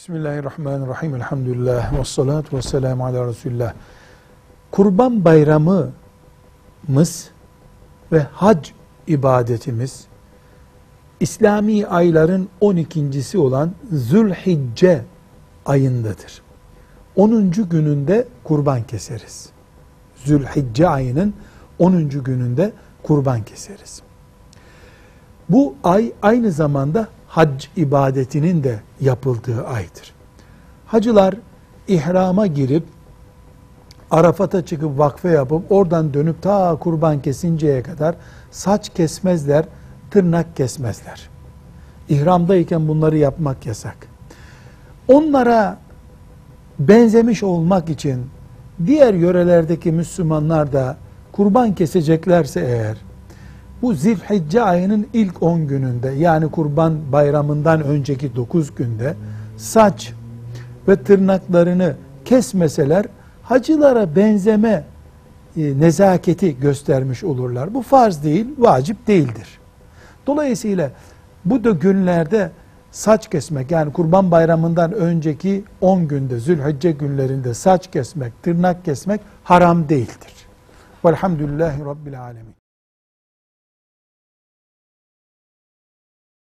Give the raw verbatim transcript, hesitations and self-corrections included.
Bismillahirrahmanirrahim. Elhamdülillah. Ve salatu ve selamu ala Resulullah. Kurban bayramımız ve hac ibadetimiz İslami ayların on ikincisi olan Zülhicce ayındadır. onuncu gününde kurban keseriz. Zülhicce ayının onuncu gününde kurban keseriz. Bu ay aynı zamanda hac ibadetinin de yapıldığı aydır. Hacılar ihrama girip Arafat'a çıkıp vakfe yapıp oradan dönüp ta kurban kesinceye kadar saç kesmezler, tırnak kesmezler. İhramdayken bunları yapmak yasak. Onlara benzemiş olmak için diğer yörelerdeki Müslümanlar da kurban keseceklerse eğer, bu Zilhicce ayının ilk on gününde, yani kurban bayramından önceki dokuz günde saç ve tırnaklarını kesmeseler hacılara benzeme e, nezaketi göstermiş olurlar. Bu farz değil, vacip değildir. Dolayısıyla bu da günlerde saç kesmek, yani kurban bayramından önceki on günde, Zülhicce günlerinde saç kesmek, tırnak kesmek haram değildir. Velhamdülillahi Rabbil alemin.